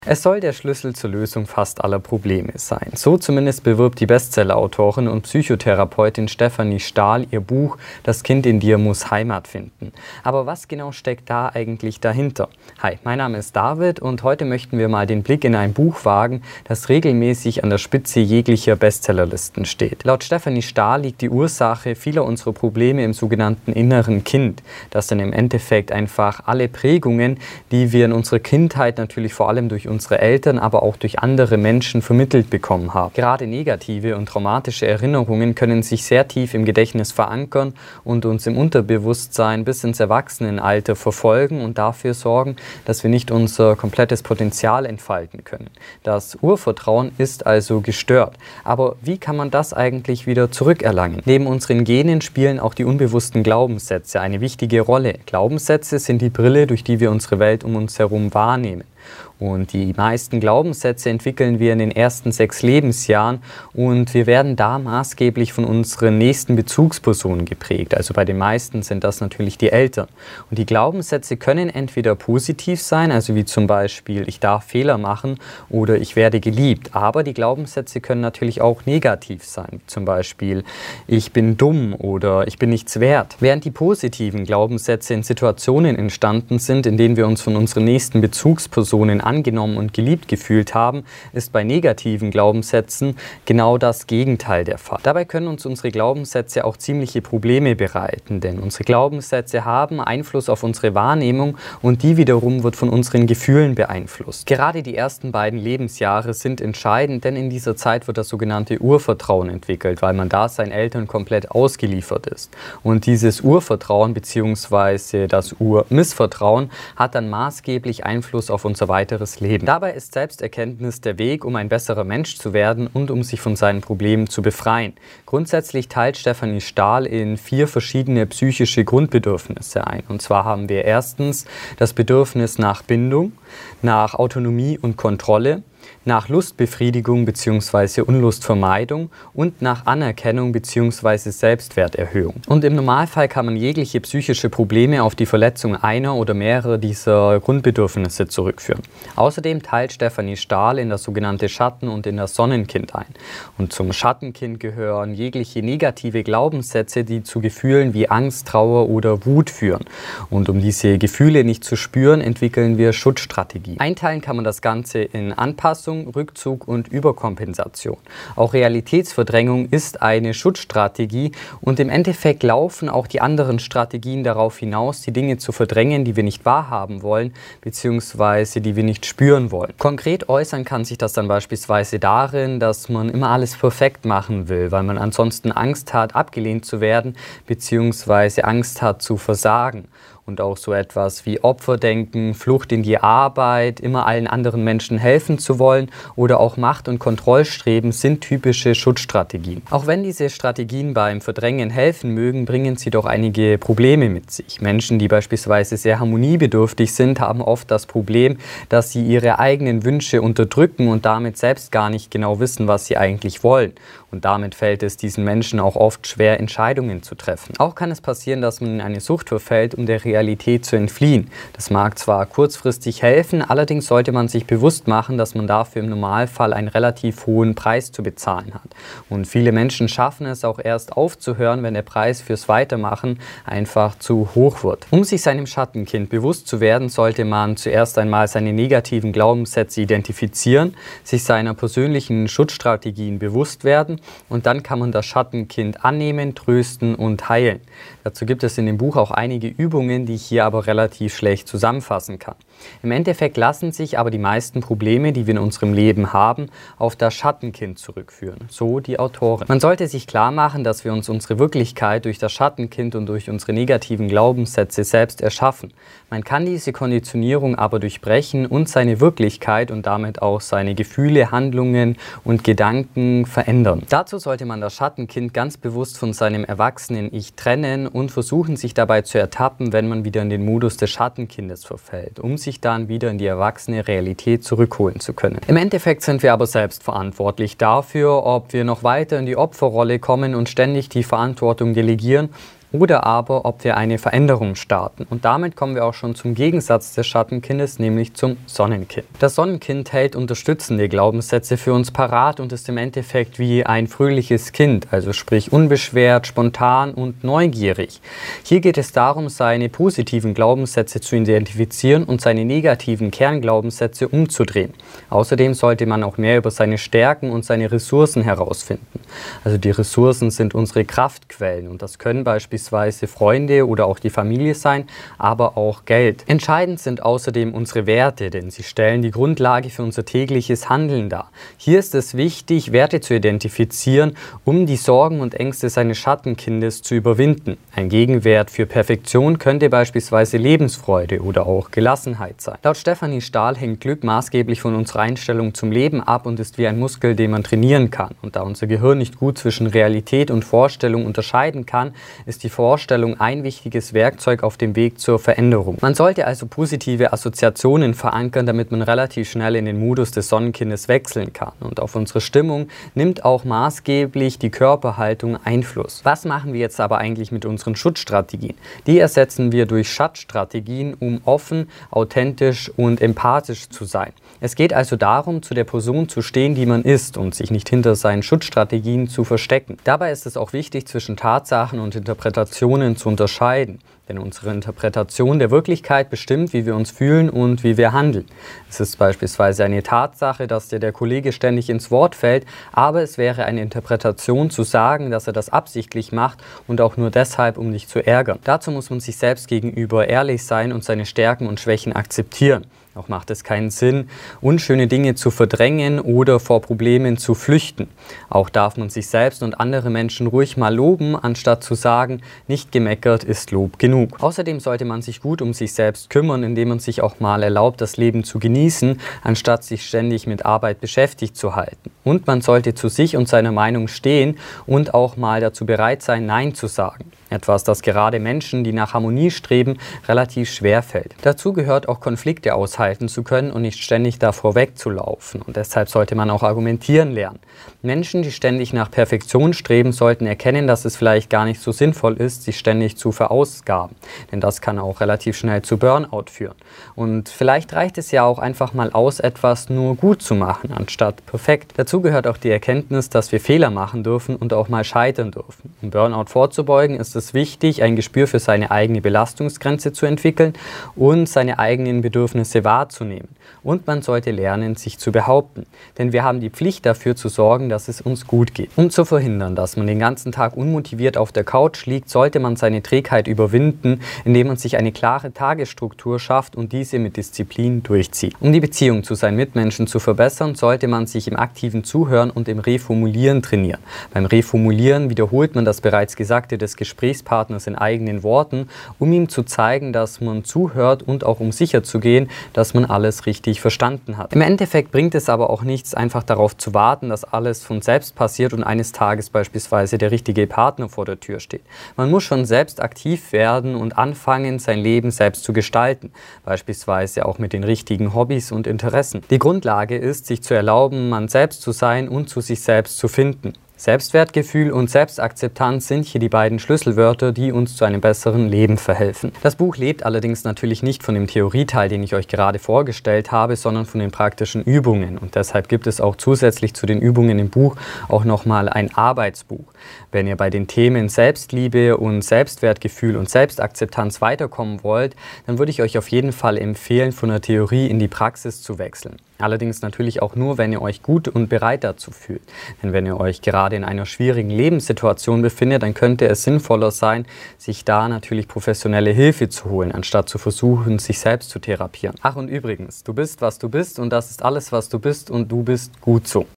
Es soll der Schlüssel zur Lösung fast aller Probleme sein. So zumindest bewirbt die Bestsellerautorin und Psychotherapeutin Stefanie Stahl ihr Buch »Das Kind in dir muss Heimat finden«. Aber was genau steckt da eigentlich dahinter? Hi, mein Name ist David und heute möchten wir mal den Blick in ein Buch wagen, das regelmäßig an der Spitze jeglicher Bestsellerlisten steht. Laut Stefanie Stahl liegt die Ursache vieler unserer Probleme im sogenannten inneren Kind. Das sind im Endeffekt einfach alle Prägungen, die wir in unserer Kindheit natürlich vor allem durch unsere Eltern, aber auch durch andere Menschen vermittelt bekommen haben. Gerade negative und traumatische Erinnerungen können sich sehr tief im Gedächtnis verankern und uns im Unterbewusstsein bis ins Erwachsenenalter verfolgen und dafür sorgen, dass wir nicht unser komplettes Potenzial entfalten können. Das Urvertrauen ist also gestört. Aber wie kann man das eigentlich wieder zurückerlangen? Neben unseren Genen spielen auch die unbewussten Glaubenssätze eine wichtige Rolle. Glaubenssätze sind die Brille, durch die wir unsere Welt um uns herum wahrnehmen. Und die meisten Glaubenssätze entwickeln wir in den ersten 6 Lebensjahren und wir werden da maßgeblich von unseren nächsten Bezugspersonen geprägt. Also bei den meisten sind das natürlich die Eltern. Und die Glaubenssätze können entweder positiv sein, also wie zum Beispiel ich darf Fehler machen oder ich werde geliebt. Aber die Glaubenssätze können natürlich auch negativ sein, wie zum Beispiel ich bin dumm oder ich bin nichts wert. Während die positiven Glaubenssätze in Situationen entstanden sind, in denen wir uns von unseren nächsten Bezugspersonen angenommen und geliebt gefühlt haben, ist bei negativen Glaubenssätzen genau das Gegenteil der Fall. Dabei können uns unsere Glaubenssätze auch ziemliche Probleme bereiten, denn unsere Glaubenssätze haben Einfluss auf unsere Wahrnehmung und die wiederum wird von unseren Gefühlen beeinflusst. Gerade die ersten beiden Lebensjahre sind entscheidend, denn in dieser Zeit wird das sogenannte Urvertrauen entwickelt, weil man da seinen Eltern komplett ausgeliefert ist. Und dieses Urvertrauen bzw. das Urmissvertrauen hat dann maßgeblich Einfluss auf unser weiteres Leben. Dabei ist Selbsterkenntnis der Weg, um ein besserer Mensch zu werden und um sich von seinen Problemen zu befreien. Grundsätzlich teilt Stefanie Stahl in 4 verschiedene psychische Grundbedürfnisse ein. Und zwar haben wir erstens das Bedürfnis nach Bindung, nach Autonomie und Kontrolle, nach Lustbefriedigung bzw. Unlustvermeidung und nach Anerkennung bzw. Selbstwerterhöhung. Und im Normalfall kann man jegliche psychische Probleme auf die Verletzung einer oder mehrerer dieser Grundbedürfnisse zurückführen. Außerdem teilt Stefanie Stahl in das sogenannte Schatten- und in das Sonnenkind ein. Und zum Schattenkind gehören jegliche negative Glaubenssätze, die zu Gefühlen wie Angst, Trauer oder Wut führen. Und um diese Gefühle nicht zu spüren, entwickeln wir Schutzstrategien. Einteilen kann man das Ganze in Anpassung, Rückzug und Überkompensation. Auch Realitätsverdrängung ist eine Schutzstrategie und im Endeffekt laufen auch die anderen Strategien darauf hinaus, die Dinge zu verdrängen, die wir nicht wahrhaben wollen bzw. die wir nicht spüren wollen. Konkret äußern kann sich das dann beispielsweise darin, dass man immer alles perfekt machen will, weil man ansonsten Angst hat, abgelehnt zu werden bzw. Angst hat zu versagen. Und auch so etwas wie Opferdenken, Flucht in die Arbeit, immer allen anderen Menschen helfen zu wollen oder auch Macht- und Kontrollstreben sind typische Schutzstrategien. Auch wenn diese Strategien beim Verdrängen helfen mögen, bringen sie doch einige Probleme mit sich. Menschen, die beispielsweise sehr harmoniebedürftig sind, haben oft das Problem, dass sie ihre eigenen Wünsche unterdrücken und damit selbst gar nicht genau wissen, was sie eigentlich wollen. Und damit fällt es diesen Menschen auch oft schwer, Entscheidungen zu treffen. Auch kann es passieren, dass man in eine Sucht verfällt, um der Realität zu entfliehen. Das mag zwar kurzfristig helfen, allerdings sollte man sich bewusst machen, dass man dafür im Normalfall einen relativ hohen Preis zu bezahlen hat. Und viele Menschen schaffen es auch erst aufzuhören, wenn der Preis fürs Weitermachen einfach zu hoch wird. Um sich seinem Schattenkind bewusst zu werden, sollte man zuerst einmal seine negativen Glaubenssätze identifizieren, sich seiner persönlichen Schutzstrategien bewusst werden und dann kann man das Schattenkind annehmen, trösten und heilen. Dazu gibt es in dem Buch auch einige Übungen, die ich hier aber relativ schlecht zusammenfassen kann. Im Endeffekt lassen sich aber die meisten Probleme, die wir in unserem Leben haben, auf das Schattenkind zurückführen. So die Autorin. Man sollte sich klar machen, dass wir uns unsere Wirklichkeit durch das Schattenkind und durch unsere negativen Glaubenssätze selbst erschaffen. Man kann diese Konditionierung aber durchbrechen und seine Wirklichkeit und damit auch seine Gefühle, Handlungen und Gedanken verändern. Dazu sollte man das Schattenkind ganz bewusst von seinem erwachsenen Ich trennen und versuchen, sich dabei zu ertappen, wenn man wieder in den Modus des Schattenkindes verfällt, um sich dann wieder in die erwachsene Realität zurückholen zu können. Im Endeffekt sind wir aber selbst verantwortlich dafür, ob wir noch weiter in die Opferrolle kommen und ständig die Verantwortung delegieren oder aber ob wir eine Veränderung starten. Und damit kommen wir auch schon zum Gegensatz des Schattenkindes, nämlich zum Sonnenkind. Das Sonnenkind hält unterstützende Glaubenssätze für uns parat und ist im Endeffekt wie ein fröhliches Kind, also sprich unbeschwert, spontan und neugierig. Hier geht es darum, seine positiven Glaubenssätze zu identifizieren und seine negativen Kernglaubenssätze umzudrehen. Außerdem sollte man auch mehr über seine Stärken und seine Ressourcen herausfinden. Also die Ressourcen sind unsere Kraftquellen und das können beispielsweise Freunde oder auch die Familie sein, aber auch Geld. Entscheidend sind außerdem unsere Werte, denn sie stellen die Grundlage für unser tägliches Handeln dar. Hier ist es wichtig, Werte zu identifizieren, um die Sorgen und Ängste seines Schattenkindes zu überwinden. Ein Gegenwert für Perfektion könnte beispielsweise Lebensfreude oder auch Gelassenheit sein. Laut Stefanie Stahl hängt Glück maßgeblich von unserer Einstellung zum Leben ab und ist wie ein Muskel, den man trainieren kann. Und da unser Gehirn nicht gut zwischen Realität und Vorstellung unterscheiden kann, ist die Vorstellung ein wichtiges Werkzeug auf dem Weg zur Veränderung. Man sollte also positive Assoziationen verankern, damit man relativ schnell in den Modus des Sonnenkindes wechseln kann. Und auf unsere Stimmung nimmt auch maßgeblich die Körperhaltung Einfluss. Was machen wir jetzt aber eigentlich mit unseren Schutzstrategien? Die ersetzen wir durch Schatzstrategien, um offen, authentisch und empathisch zu sein. Es geht also darum, zu der Person zu stehen, die man ist und sich nicht hinter seinen Schutzstrategien zu verstecken. Dabei ist es auch wichtig, zwischen Tatsachen und Interpretationen zu unterscheiden. Denn unsere Interpretation der Wirklichkeit bestimmt, wie wir uns fühlen und wie wir handeln. Es ist beispielsweise eine Tatsache, dass dir der Kollege ständig ins Wort fällt, aber es wäre eine Interpretation zu sagen, dass er das absichtlich macht und auch nur deshalb, um dich zu ärgern. Dazu muss man sich selbst gegenüber ehrlich sein und seine Stärken und Schwächen akzeptieren. Auch macht es keinen Sinn, unschöne Dinge zu verdrängen oder vor Problemen zu flüchten. Auch darf man sich selbst und andere Menschen ruhig mal loben, anstatt zu sagen, nicht gemeckert ist Lob genug. Außerdem sollte man sich gut um sich selbst kümmern, indem man sich auch mal erlaubt, das Leben zu genießen, anstatt sich ständig mit Arbeit beschäftigt zu halten. Und man sollte zu sich und seiner Meinung stehen und auch mal dazu bereit sein, Nein zu sagen. Etwas, das gerade Menschen, die nach Harmonie streben, relativ schwer fällt. Dazu gehört auch Konflikte aushalten zu können und nicht ständig davor wegzulaufen. Und deshalb sollte man auch argumentieren lernen. Menschen, die ständig nach Perfektion streben, sollten erkennen, dass es vielleicht gar nicht so sinnvoll ist, sich ständig zu verausgaben. Denn das kann auch relativ schnell zu Burnout führen. Und vielleicht reicht es ja auch einfach mal aus, etwas nur gut zu machen, anstatt perfekt. Dazu gehört auch die Erkenntnis, dass wir Fehler machen dürfen und auch mal scheitern dürfen. Um Burnout vorzubeugen, ist es wichtig, ein Gespür für seine eigene Belastungsgrenze zu entwickeln und seine eigenen Bedürfnisse wahrzunehmen. Und man sollte lernen, sich zu behaupten. Denn wir haben die Pflicht dafür zu sorgen, dass es uns gut geht. Um zu verhindern, dass man den ganzen Tag unmotiviert auf der Couch liegt, sollte man seine Trägheit überwinden, indem man sich eine klare Tagesstruktur schafft und diese mit Disziplin durchzieht. Um die Beziehung zu seinen Mitmenschen zu verbessern, sollte man sich im aktiven Zuhören und im Reformulieren trainieren. Beim Reformulieren wiederholt man das bereits Gesagte des Gesprächspartners in eigenen Worten, um ihm zu zeigen, dass man zuhört und auch um sicherzugehen, dass man alles richtig verstanden hat. Im Endeffekt bringt es aber auch nichts, einfach darauf zu warten, dass alles von selbst passiert und eines Tages beispielsweise der richtige Partner vor der Tür steht. Man muss schon selbst aktiv werden und anfangen, sein Leben selbst zu gestalten, beispielsweise auch mit den richtigen Hobbys und Interessen. Die Grundlage ist, sich zu erlauben, man selbst zu sein und zu sich selbst zu finden. Selbstwertgefühl und Selbstakzeptanz sind hier die beiden Schlüsselwörter, die uns zu einem besseren Leben verhelfen. Das Buch lebt allerdings natürlich nicht von dem Theorieteil, den ich euch gerade vorgestellt habe, sondern von den praktischen Übungen. Und deshalb gibt es auch zusätzlich zu den Übungen im Buch auch nochmal ein Arbeitsbuch. Wenn ihr bei den Themen Selbstliebe und Selbstwertgefühl und Selbstakzeptanz weiterkommen wollt, dann würde ich euch auf jeden Fall empfehlen, von der Theorie in die Praxis zu wechseln. Allerdings natürlich auch nur, wenn ihr euch gut und bereit dazu fühlt. Denn wenn ihr euch gerade in einer schwierigen Lebenssituation befindet, dann könnte es sinnvoller sein, sich da natürlich professionelle Hilfe zu holen, anstatt zu versuchen, sich selbst zu therapieren. Ach und übrigens, du bist, was du bist und das ist alles, was du bist und du bist gut so.